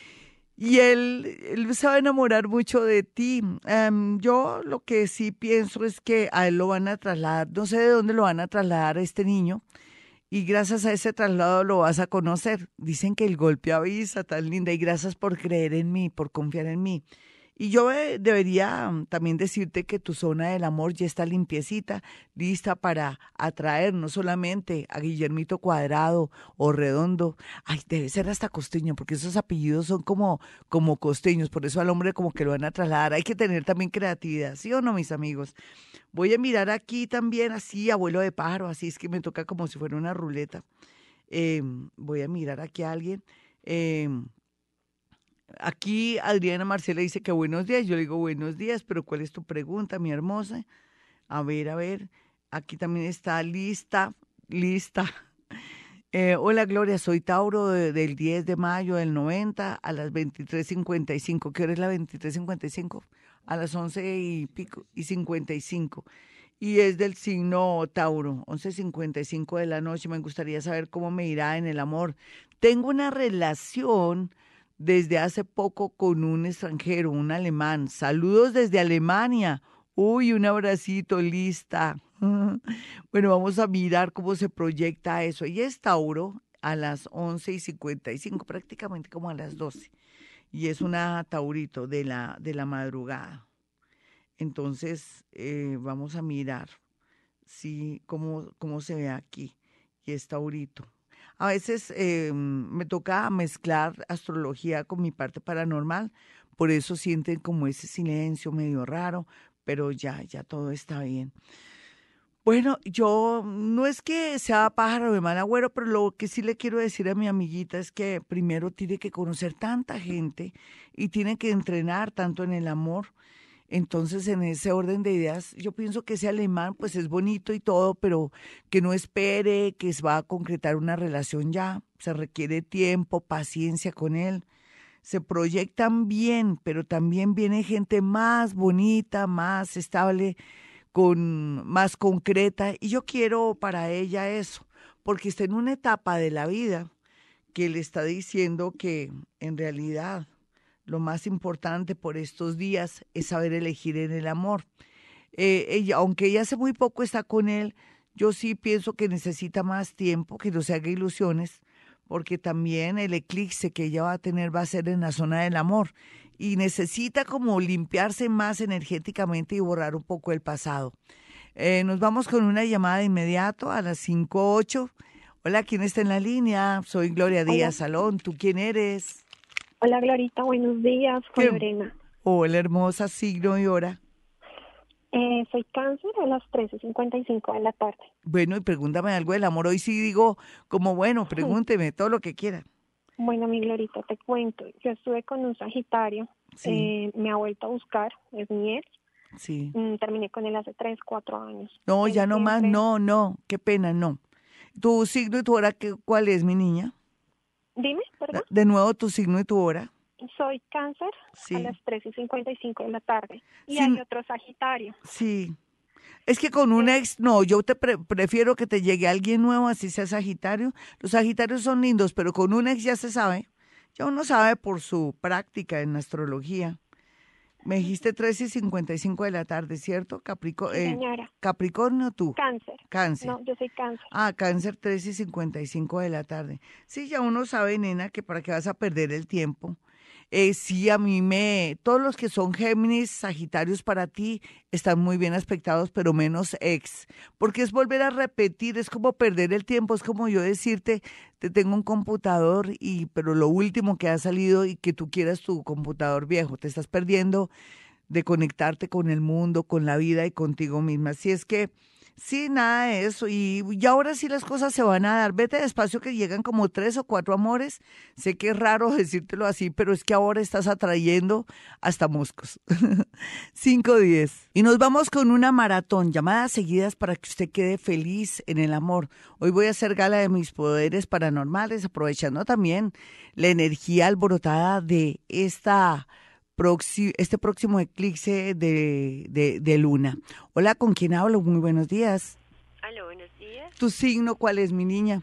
Y él, él se va a enamorar mucho de ti. Um, yo lo que sí pienso es que a él lo van a trasladar, no sé de dónde lo van a trasladar a este niño, y gracias a ese traslado lo vas a conocer. Dicen que el golpe avisa, tan linda, y gracias por creer en mí, por confiar en mí. Y yo eh, debería mm, también decirte que tu zona del amor ya está limpiecita, lista para atraer no solamente a Guillermito Cuadrado o Redondo, ay, debe ser hasta costeño, porque esos apellidos son como, como costeños, por eso al hombre como que lo van a trasladar. Hay que tener también creatividad, ¿sí o no, mis amigos? Voy a mirar aquí también así, abuelo de pájaro, así es que me toca como si fuera una ruleta. Eh, voy a mirar aquí a alguien. Eh, aquí Adriana Marcela dice que buenos días. Yo le digo buenos días, pero ¿cuál es tu pregunta, mi hermosa? A ver, a ver. Aquí también está lista, lista. Eh, hola Gloria, soy Tauro de- del diez de mayo del noventa a las veintitrés cincuenta y cinco. ¿Qué hora es la veintitrés cincuenta y cinco? A las once y pico y cincuenta y cinco. Y es del signo Tauro, once cincuenta y cinco de la noche. Me gustaría saber cómo me irá en el amor. Tengo una relación desde hace poco con un extranjero, un alemán. Saludos desde Alemania. Uy, un abracito, lista. Bueno, vamos a mirar cómo se proyecta eso. Y es Tauro a las once y cincuenta y cinco, prácticamente como a las doce. Y es una Taurito de la, de la madrugada. Entonces, eh, vamos a mirar si, cómo, cómo se ve aquí. Y es Taurito. A veces eh, me toca mezclar astrología con mi parte paranormal, por eso sienten como ese silencio medio raro, pero ya, ya todo está bien. Bueno, yo no es que sea pájaro de mal agüero, pero lo que sí le quiero decir a mi amiguita es que primero tiene que conocer tanta gente y tiene que entrenar tanto en el amor. Entonces, en ese orden de ideas, yo pienso que ese alemán, pues es bonito y todo, pero que no espere que se va a concretar una relación ya. Se requiere tiempo, paciencia con él. Se proyectan bien, pero también viene gente más bonita, más estable, con más concreta. Y yo quiero para ella eso, porque está en una etapa de la vida que le está diciendo que en realidad lo más importante por estos días es saber elegir en el amor. Eh, ella, aunque ella hace muy poco está con él, yo sí pienso que necesita más tiempo, que no se haga ilusiones, porque también el eclipse que ella va a tener va a ser en la zona del amor y necesita como limpiarse más energéticamente y borrar un poco el pasado. Eh, nos vamos con una llamada de inmediato a las cinco ocho. Hola, ¿quién está en la línea? Soy Gloria Díaz Salón. ¿Tú quién eres? Hola, Glorita, buenos días, con ¿Qué? Lorena. Hola, hermosa, signo y hora. Eh, soy Cáncer a las trece cincuenta y cinco de la tarde. Bueno, y pregúntame algo del amor. Hoy sí digo, como bueno, pregúnteme todo lo que quiera. Bueno, mi Glorita, te cuento. Yo estuve con un Sagitario, Sí. eh, me ha vuelto a buscar, es mi ex. Sí. Mm, terminé con él hace tres, cuatro años. No, Él ya no más, siempre- no, no, qué pena, no. ¿Tu signo y tu hora qué, cuál es, mi niña? Dime, ¿verdad? De nuevo, tu signo y tu hora. Soy Cáncer Sí. a las trece cincuenta y cinco de la tarde. Y Sí. hay otro Sagitario. Sí. Es que con un ex, no, yo te pre- prefiero que te llegue alguien nuevo, así sea Sagitario. Los Sagitarios son lindos, pero con un ex ya se sabe. Ya uno sabe por su práctica en astrología. Me dijiste trece y cincuenta y cinco de la tarde, ¿cierto? Caprico Sí, eh, señora. Capricornio, tú. Cáncer. Cáncer. No, yo soy Cáncer. Ah, Cáncer trece y cincuenta y cinco de la tarde. Sí, ya uno sabe, nena, que para qué vas a perder el tiempo. Eh, sí, a mí me... Todos los que son Géminis, Sagitarios para ti, están muy bien aspectados, pero menos ex. Porque es volver a repetir, es como perder el tiempo, es como yo decirte, te tengo un computador, y pero lo último que ha salido y que tú quieras tu computador viejo, te estás perdiendo de conectarte con el mundo, con la vida y contigo misma. Así es que... Sí, nada de eso. Y, y ahora sí las cosas se van a dar. Vete despacio que llegan como tres o cuatro amores. Sé que es raro decírtelo así, pero es que ahora estás atrayendo hasta moscos. cinco diez. Y nos vamos con una maratón, llamadas seguidas para que usted quede feliz en el amor. Hoy voy a hacer gala de mis poderes paranormales, aprovechando también la energía alborotada de esta... Proxi- este próximo eclipse de, de, de luna. Hola, ¿con quién hablo? Muy buenos días. Aló, buenos días. ¿Tu signo cuál es, mi niña?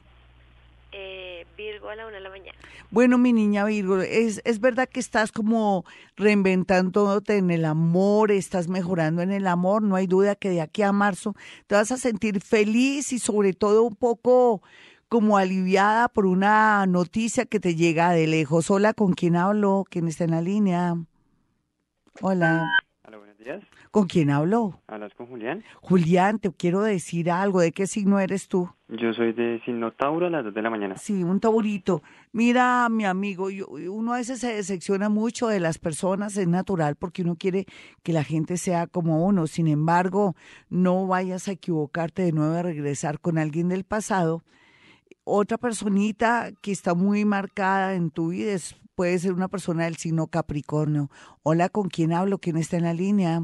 Eh, Virgo a la una de la mañana. Bueno, mi niña Virgo, es, es verdad que estás como reinventándote en el amor, estás mejorando en el amor, no hay duda que de aquí a marzo te vas a sentir feliz y sobre todo un poco como aliviada por una noticia que te llega de lejos. Hola, ¿con quién hablo? ¿Quién está en la línea? Hola. Hola, buenos días. ¿Con quién hablo? ¿Hablas con Julián? Julián, te quiero decir algo. ¿De qué signo eres tú? Yo soy de signo Tauro a las dos de la mañana. Sí, un taurito. Mira, mi amigo, yo- uno a veces se decepciona mucho de las personas, es natural porque uno quiere que la gente sea como uno. Sin embargo, no vayas a equivocarte de nuevo a regresar con alguien del pasado. Otra personita que está muy marcada en tu vida es- puede ser una persona del signo Capricornio. Hola, ¿con quién hablo? ¿Quién está en la línea?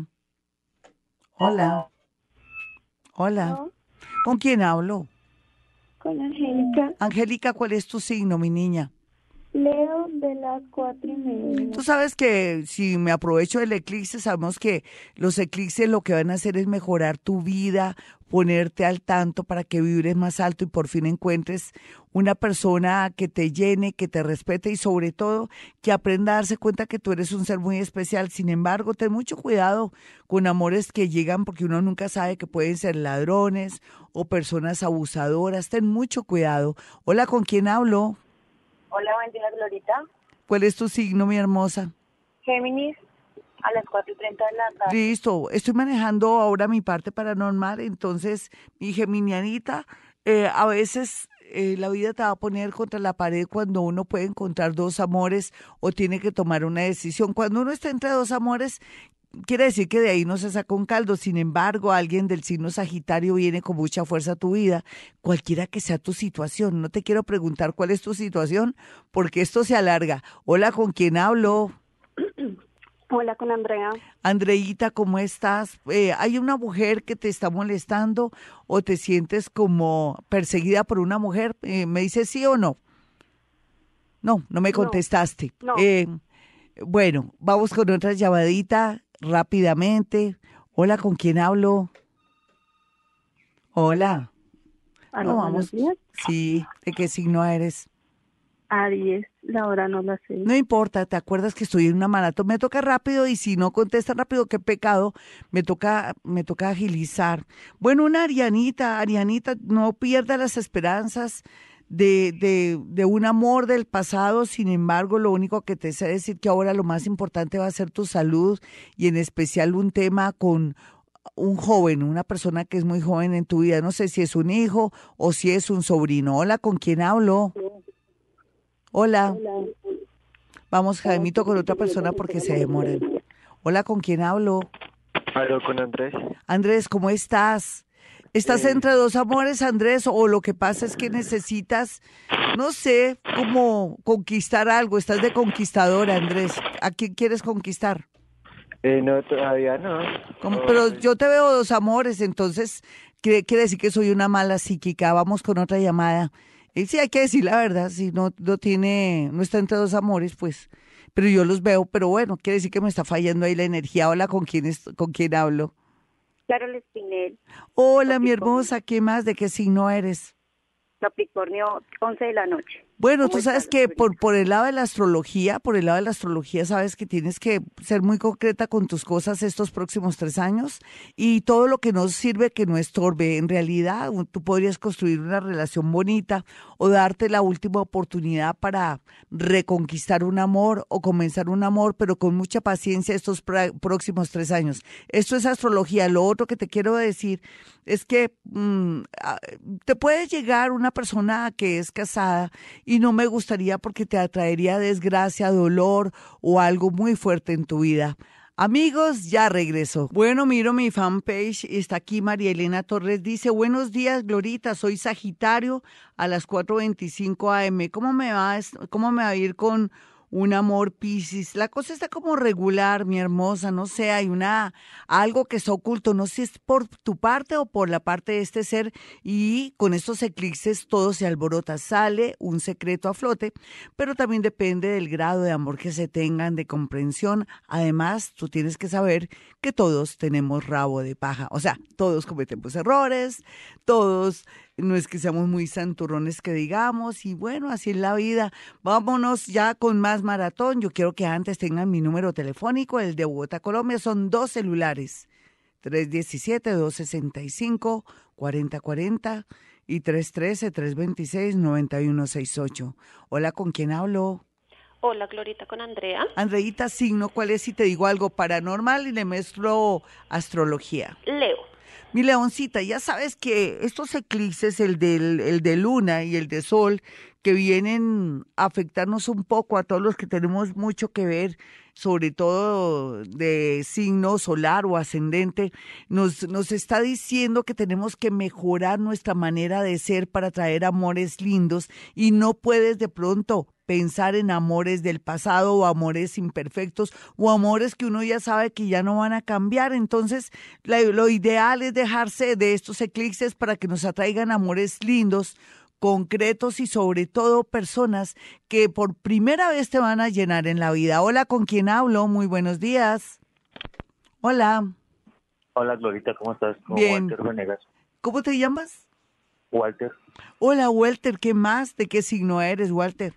Hola. Hola. ¿No? ¿Con quién hablo? Con Angélica. Angélica, ¿cuál es tu signo, mi niña? Leo de las cuatro y media. Tú sabes que si me aprovecho del eclipse, sabemos que los eclipses lo que van a hacer es mejorar tu vida, ponerte al tanto para que vibres más alto y por fin encuentres una persona que te llene, que te respete y sobre todo que aprenda a darse cuenta que tú eres un ser muy especial. Sin embargo, ten mucho cuidado con amores que llegan porque uno nunca sabe que pueden ser ladrones o personas abusadoras. Ten mucho cuidado. Hola, ¿con quién hablo? Hola, buen día, Glorita. ¿Cuál es tu signo, mi hermosa? Géminis, a las cuatro y treinta de la tarde. Listo, estoy manejando ahora mi parte paranormal, entonces, mi geminianita, eh, a veces eh, la vida te va a poner contra la pared cuando uno puede encontrar dos amores o tiene que tomar una decisión. Cuando uno está entre dos amores, quiere decir que de ahí no se saca un caldo. Sin embargo, alguien del signo Sagitario viene con mucha fuerza a tu vida, cualquiera que sea tu situación. No te quiero preguntar cuál es tu situación, porque esto se alarga. Hola, ¿con quién hablo? Hola, con Andrea. Andreíta, ¿cómo estás? Eh, ¿hay una mujer que te está molestando o te sientes como perseguida por una mujer? Eh, ¿me dices sí o no? No, no me contestaste. No. Eh, bueno, vamos con otra llamadita rápidamente. Hola, ¿con quién hablo? Hola. Aló, No, buenos vamos. días. Sí, ¿de qué signo eres? Aries, la hora no la sé. No importa, ¿te acuerdas que estoy en una maratón? Me toca rápido y si no contesta rápido, qué pecado, me toca, me toca agilizar. Bueno, una Arianita, Arianita, no pierda las esperanzas de, de, de un amor del pasado. Sin embargo, lo único que te sé decir que ahora lo más importante va a ser tu salud y en especial un tema con un joven, una persona que es muy joven en tu vida. No sé si es un hijo o si es un sobrino. Hola, ¿con quién hablo? Hola. Vamos, Jaimito, con otra persona porque se demoran. Hola, ¿con quién hablo? Hablo con Andrés. Andrés, ¿cómo estás? ¿Estás Eh. entre dos amores, Andrés? O lo que pasa es que necesitas, no sé, como conquistar algo. Estás de conquistador, Andrés. ¿A quién quieres conquistar? Eh, no, todavía no. ¿Cómo? Oh, Pero pues, yo te veo dos amores, entonces quiere, quiere decir que soy una mala psíquica. Vamos con otra llamada. Y sí, hay que decir la verdad, si no, no tiene, no está entre dos amores, pues, pero yo los veo, pero bueno, quiere decir que me está fallando ahí la energía. Hola, ¿con quién, es, con quién hablo? Carol Espinel, Hola, mi hermosa, ¿qué más? ¿De qué signo eres? Capricornio, once de la noche. Bueno, ¿Cómo tú sabes estás, que Lorita? por, por el lado de la astrología, por el lado de la astrología, sabes que tienes que ser muy concreta con tus cosas estos próximos tres años y todo lo que no sirve que no estorbe. En realidad, u- tú podrías construir una relación bonita o darte la última oportunidad para reconquistar un amor o comenzar un amor, pero con mucha paciencia estos pra- próximos tres años. Esto es astrología. Lo otro que te quiero decir es que mm, ah, te puede llegar una persona que es casada y no me gustaría porque te atraería desgracia, dolor o algo muy fuerte en tu vida. Amigos, ya regreso. Bueno, miro mi fanpage y está aquí María Elena Torres. Dice, buenos días, Glorita, soy Sagitario a las cuatro veinticinco a eme. ¿Cómo me va, a es- cómo me va a ir con un amor Piscis? La cosa está como regular, mi hermosa, no sé, hay una, algo que está oculto, no sé si es por tu parte o por la parte de este ser y con estos eclipses todo se alborota, sale un secreto a flote, pero también depende del grado de amor que se tengan, de comprensión. Además, tú tienes que saber que todos tenemos rabo de paja, o sea, todos cometemos errores, todos no es que seamos muy santurrones que digamos, y bueno, así es la vida. Vámonos ya con más maratón. Yo quiero que antes tengan mi número telefónico, el de Bogotá, Colombia, son dos celulares, tres uno siete, dos seis cinco, cuatro cero cuatro cero y tres uno tres, tres dos seis, nueve uno seis ocho. Hola, ¿con quién hablo? Hola, Glorita con Andrea. Andreita, signo, ¿cuál es si te digo algo paranormal y le mezclo astrología? Leo. Mi leoncita, ya sabes que estos eclipses, el del, el de luna y el de sol, que vienen a afectarnos un poco a todos los que tenemos mucho que ver, sobre todo de signo solar o ascendente, nos, nos está diciendo que tenemos que mejorar nuestra manera de ser para traer amores lindos y no puedes de pronto pensar en amores del pasado o amores imperfectos o amores que uno ya sabe que ya no van a cambiar. Entonces, la, lo ideal es dejarse de estos eclipses para que nos atraigan amores lindos, concretos y sobre todo personas que por primera vez te van a llenar en la vida. Hola, ¿con quién hablo? Muy buenos días. Hola. Hola, Glorita, ¿cómo estás? Con Bien. Walter Venegas. ¿Cómo te llamas? Walter. Hola, Walter, ¿qué más? ¿De qué signo eres, Walter?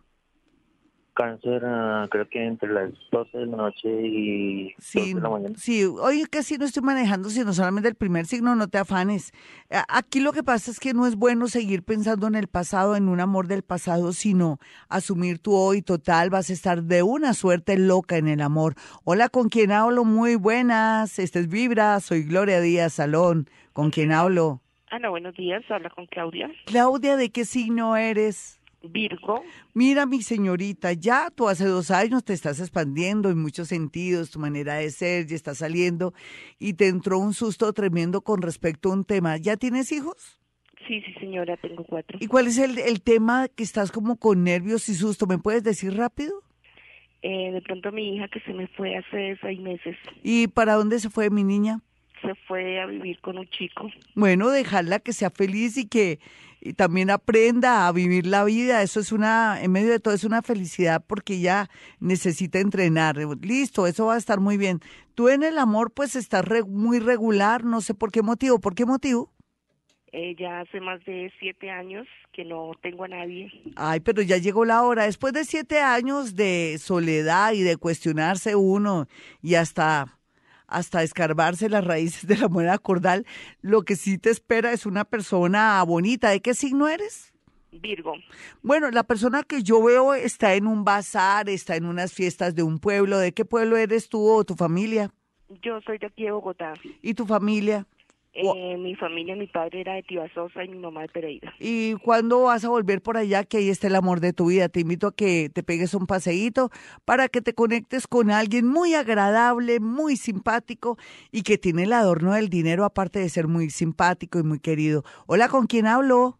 Cáncer, uh, creo que entre las doce de la noche y Sí, dos de la mañana. sí, hoy casi no estoy manejando, sino solamente el primer signo, no te afanes. A- Aquí lo que pasa es que no es bueno seguir pensando en el pasado, en un amor del pasado, sino asumir tu hoy total, vas a estar de una suerte loca en el amor. Hola, ¿con quién hablo? Muy buenas, este es Vibra, soy Gloria Díaz Salón. ¿Con quién hablo? Ana, buenos días, habla con Claudia. Claudia, ¿de qué signo eres? Virgo. Mira, mi señorita, ya tú hace dos años te estás expandiendo en muchos sentidos, tu manera de ser ya está saliendo y te entró un susto tremendo con respecto a un tema. ¿Ya tienes hijos? Sí, sí, señora, tengo cuatro. ¿Y cuál es el, el tema que estás como con nervios y susto? ¿Me puedes decir rápido? Eh, de pronto mi hija que se me fue hace seis meses, ¿Y para dónde se fue mi niña? se fue a vivir con un chico. Bueno, dejarla que sea feliz y que y también aprenda a vivir la vida. Eso es una, en medio de todo, es una felicidad porque ella necesita entrenar. Listo, eso va a estar muy bien. Tú en el amor, pues estás re- muy regular, no sé por qué motivo. ¿Por qué motivo? Eh, ya hace más de siete años que no tengo a nadie. Ay, pero ya llegó la hora. Después de siete años de soledad y de cuestionarse uno y hasta... hasta escarbarse las raíces de la moneda cordal, lo que sí te espera es una persona bonita. ¿De qué signo eres? Virgo. Bueno, la persona que yo veo está en un bazar, está en unas fiestas de un pueblo. ¿De qué pueblo eres tú o tu familia? Yo soy de aquí de Bogotá. ¿Y tu familia? Eh, mi familia, mi padre era de Tibasosa y mi mamá de Pereira. ¿Y cuándo vas a volver por allá? Que ahí está el amor de tu vida. Te invito a que te pegues un paseíto para que te conectes con alguien muy agradable, muy simpático y que tiene el adorno del dinero aparte de ser muy simpático y muy querido. Hola, ¿con quién hablo?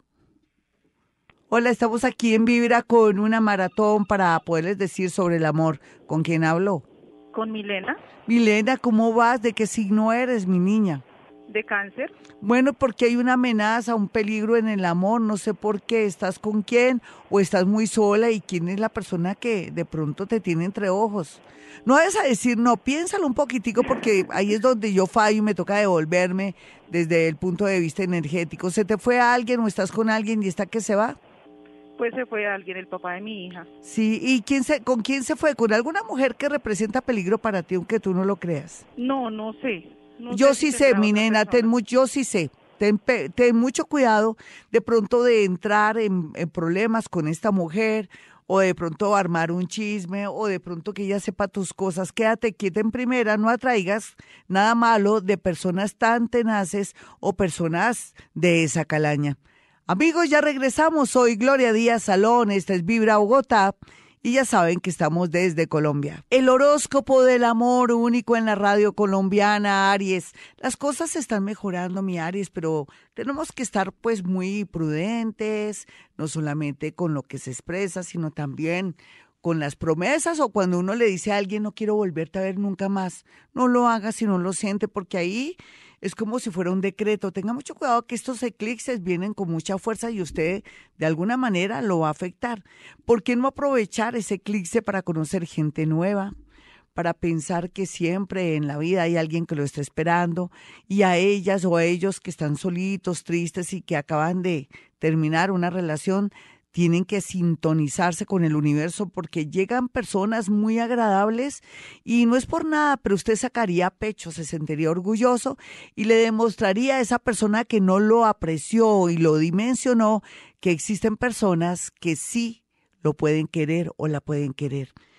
Hola, estamos aquí en Vibra con una maratón para poderles decir sobre el amor. ¿Con quién hablo? Con Milena, Milena, ¿cómo vas? ¿De qué signo eres, mi niña? de Cáncer. Bueno, porque hay una amenaza, un peligro en el amor, no sé por qué, ¿estás con quién o estás muy sola y quién es la persona que de pronto te tiene entre ojos? No vayas a decir no, piénsalo un poquitico porque ahí es donde yo fallo y me toca devolverme desde el punto de vista energético. ¿Se te fue alguien o estás con alguien y está que se va? Pues se fue alguien, el papá de mi hija. Sí, ¿y quién se, con quién se fue? ¿Con alguna mujer que representa peligro para ti, aunque tú no lo creas? No, no sé. No Yo sé si sí sé, tendrá mi otra nena, ten persona. mu- yo sí sé. Ten, pe- ten mucho cuidado de pronto de entrar en, en problemas con esta mujer o de pronto armar un chisme o de pronto que ella sepa tus cosas. Quédate quieta en primera, no atraigas nada malo de personas tan tenaces o personas de esa calaña. Amigos, ya regresamos. Soy Gloria Díaz Salón, esta es Vibra Bogotá. Y ya saben que estamos desde Colombia. El horóscopo del amor único en la radio colombiana, Aries. Las cosas están mejorando, mi Aries, pero tenemos que estar pues muy prudentes, no solamente con lo que se expresa, sino también con las promesas o cuando uno le dice a alguien no quiero volverte a ver nunca más. No lo haga si no lo siente, porque ahí es como si fuera un decreto. Tenga mucho cuidado que estos eclipses vienen con mucha fuerza y usted de alguna manera lo va a afectar. ¿Por qué no aprovechar ese eclipse para conocer gente nueva? Para pensar que siempre en la vida hay alguien que lo está esperando y a ellas o a ellos que están solitos, tristes y que acaban de terminar una relación, tienen que sintonizarse con el universo porque llegan personas muy agradables y no es por nada, pero usted sacaría pecho, se sentiría orgulloso y le demostraría a esa persona que no lo apreció y lo dimensionó que existen personas que sí lo pueden querer o la pueden querer.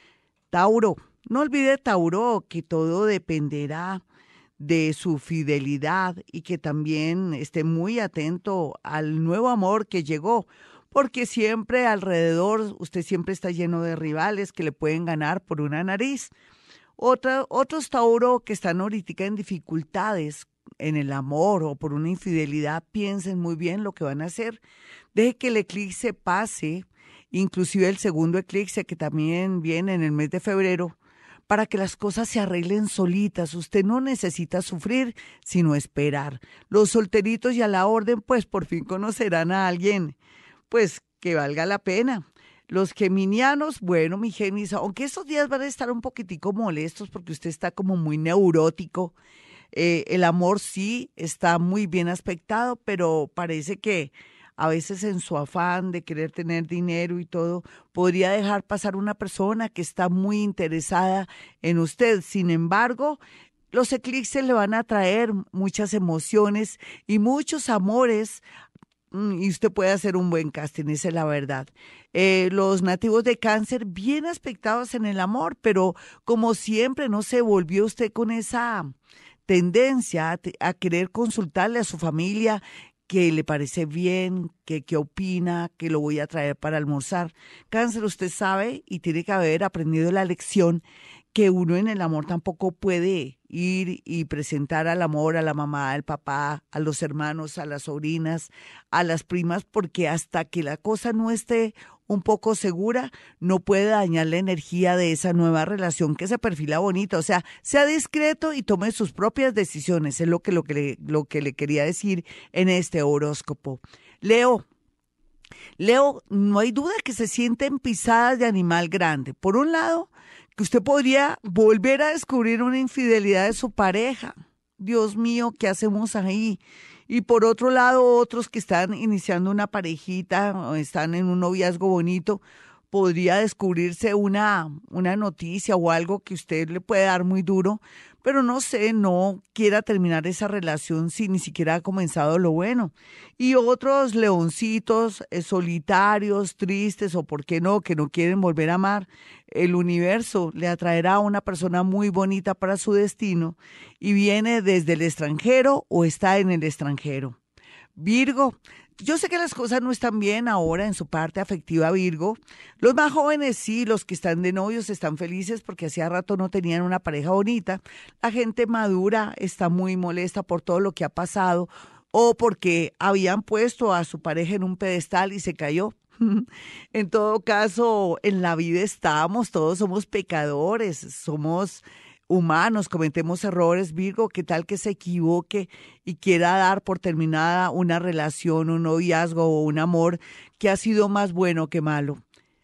Tauro, no olvide, Tauro, que todo dependerá de su fidelidad y que también esté muy atento al nuevo amor que llegó, porque siempre alrededor usted siempre está lleno de rivales que le pueden ganar por una nariz. Otra, otros Tauro que están ahorita en dificultades en el amor o por una infidelidad, piensen muy bien lo que van a hacer. Deje que el eclipse pase, inclusive el segundo eclipse que también viene en el mes de febrero, para que las cosas se arreglen solitas. Usted no necesita sufrir, sino esperar. Los solteritos y a la orden, pues por fin conocerán a alguien, pues que valga la pena. Los geminianos, bueno, mi Géminis, aunque estos días van a estar un poquitico molestos porque usted está como muy neurótico, eh, el amor sí está muy bien aspectado, pero parece que a veces en su afán de querer tener dinero y todo, podría dejar pasar una persona que está muy interesada en usted. Sin embargo, los eclipses le van a traer muchas emociones y muchos amores, y usted puede hacer un buen casting, esa es la verdad. Eh, los nativos de Cáncer, bien aspectados en el amor, pero como siempre, no se volvió usted con esa tendencia a, a querer consultarle a su familia que le parece bien, que qué opina, que lo voy a traer para almorzar. Cáncer, usted sabe y tiene que haber aprendido la lección que uno en el amor tampoco puede ir y presentar al amor a la mamá, al papá, a los hermanos, a las sobrinas, a las primas, porque hasta que la cosa no esté un poco segura, no puede dañar la energía de esa nueva relación que se perfila bonita. O sea, sea discreto y tome sus propias decisiones. Es lo que, lo que, le, lo que le quería decir en este horóscopo. Leo. Leo, no hay duda que se sienten pisadas de animal grande. Por un lado, que usted podría volver a descubrir una infidelidad de su pareja. Dios mío, ¿qué hacemos ahí? Y por otro lado, otros que están iniciando una parejita o están en un noviazgo bonito, podría descubrirse una, una noticia o algo que usted le puede dar muy duro, pero no sé, no quiera terminar esa relación si ni siquiera ha comenzado lo bueno. Y otros leoncitos eh, solitarios, tristes o por qué no, que no quieren volver a amar, el universo le atraerá a una persona muy bonita para su destino y viene desde el extranjero o está en el extranjero. Virgo, yo sé que las cosas no están bien ahora en su parte afectiva, Virgo. Los más jóvenes sí, los que están de novios están felices porque hacía rato no tenían una pareja bonita. La gente madura está muy molesta por todo lo que ha pasado o porque habían puesto a su pareja en un pedestal y se cayó. En todo caso, en la vida estamos, todos somos pecadores, somos humanos, cometemos errores. Virgo, ¿qué tal que se equivoque y quiera dar por terminada una relación, un noviazgo o un amor que ha sido más bueno que malo?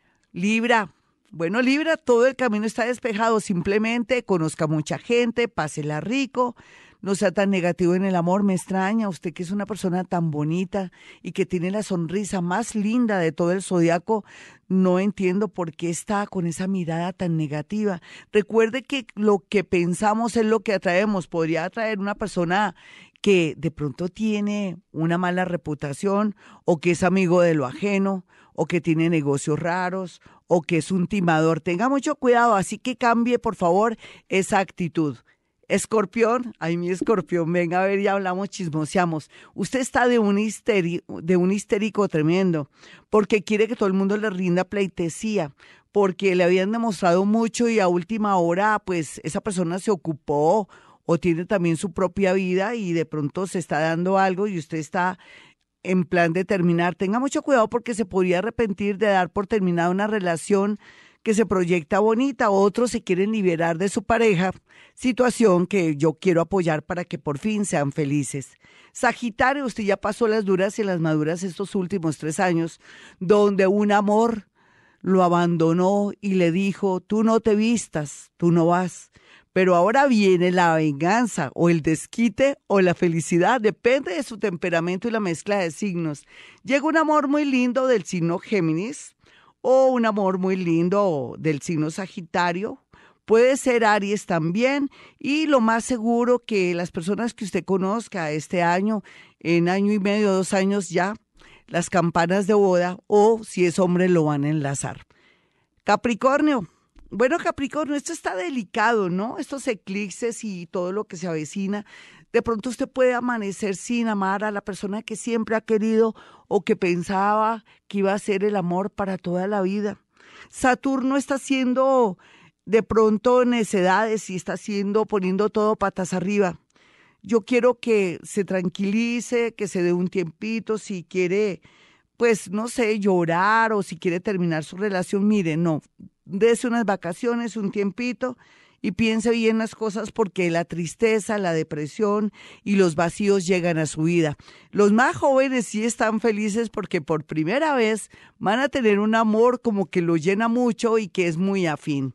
Libra, bueno, Libra, todo el camino está despejado, simplemente conozca mucha gente, pásela rico, no sea tan negativo en el amor. Me extraña usted que es una persona tan bonita y que tiene la sonrisa más linda de todo el zodiaco. No entiendo por qué está con esa mirada tan negativa. Recuerde que lo que pensamos es lo que atraemos. Podría atraer una persona que de pronto tiene una mala reputación o que es amigo de lo ajeno o que tiene negocios raros o que es un timador. Tenga mucho cuidado, así que cambie por favor esa actitud. Escorpión, ay mi escorpión, venga a ver, ya hablamos, chismoseamos. Usted está de un, histeri- de un histérico tremendo, porque quiere que todo el mundo le rinda pleitesía, porque le habían demostrado mucho y a última hora, pues esa persona se ocupó o tiene también su propia vida y de pronto se está dando algo y usted está en plan de terminar. Tenga mucho cuidado porque se podría arrepentir de dar por terminada una relación que se proyecta bonita. Otros se quieren liberar de su pareja, situación que yo quiero apoyar para que por fin sean felices. Sagitario, usted ya pasó las duras y las maduras estos últimos tres años, donde un amor lo abandonó y le dijo, tú no te vistas, tú no vas. Pero ahora viene la venganza o el desquite o la felicidad, depende de su temperamento y la mezcla de signos. Llega un amor muy lindo del signo Géminis, o un amor muy lindo del signo Sagitario, puede ser Aries también, y lo más seguro que las personas que usted conozca este año, en año y medio, dos años ya, las campanas de boda, o si es hombre lo van a enlazar. Capricornio, bueno, Capricornio, esto está delicado, ¿no? Estos eclipses y todo lo que se avecina. De pronto usted puede amanecer sin amar a la persona que siempre ha querido o que pensaba que iba a ser el amor para toda la vida. Saturno está haciendo de pronto necedades y está haciendo, poniendo todo patas arriba. Yo quiero que se tranquilice, que se dé un tiempito, si quiere, pues no sé, llorar o si quiere terminar su relación, mire, no, dése unas vacaciones, un tiempito y piense bien las cosas porque la tristeza, la depresión y los vacíos llegan a su vida. Los más jóvenes sí están felices porque por primera vez van a tener un amor como que lo llena mucho y que es muy afín.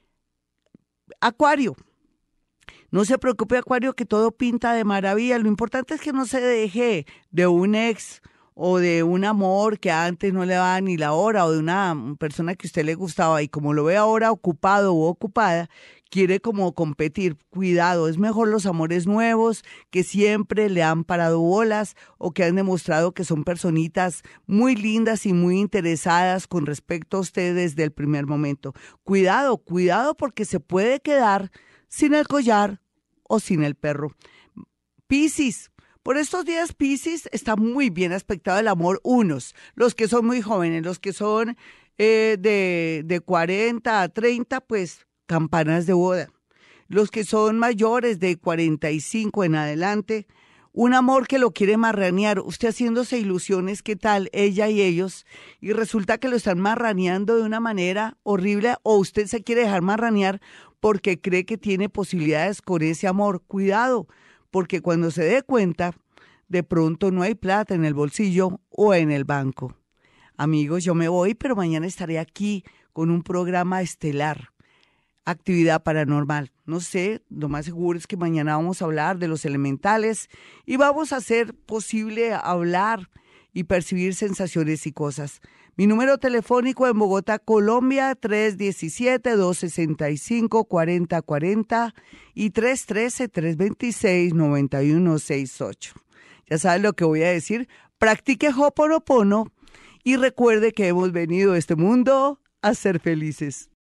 Acuario. No se preocupe, Acuario, que todo pinta de maravilla. Lo importante es que no se deje de un ex o de un amor que antes no le daba ni la hora o de una persona que a usted le gustaba y como lo ve ahora ocupado o ocupada, quiere como competir. Cuidado, es mejor los amores nuevos que siempre le han parado bolas o que han demostrado que son personitas muy lindas y muy interesadas con respecto a usted desde el primer momento. Cuidado, cuidado porque se puede quedar sin el collar o sin el perro. Piscis. Por estos días, Piscis, está muy bien aspectado el amor. Unos, los que son muy jóvenes, los que son eh, de, de cuarenta a treinta, pues campanas de boda. Los que son mayores de cuarenta y cinco en adelante, un amor que lo quiere marranear. Usted haciéndose ilusiones, ¿qué tal? Ella y ellos. Y resulta que lo están marraneando de una manera horrible o usted se quiere dejar marranear porque cree que tiene posibilidades con ese amor. Cuidado, porque cuando se dé cuenta, de pronto no hay plata en el bolsillo o en el banco. Amigos, yo me voy, pero mañana estaré aquí con un programa estelar, actividad paranormal. No sé, lo más seguro es que mañana vamos a hablar de los elementales y vamos a hacer posible hablar y percibir sensaciones y cosas. Mi número telefónico en Bogotá, Colombia, tres uno siete, dos seis cinco, cuatro cero cuatro cero y tres uno tres, tres dos seis, nueve uno seis ocho. Ya saben lo que voy a decir. Practique Ho'oponopono y recuerde que hemos venido a este mundo a ser felices.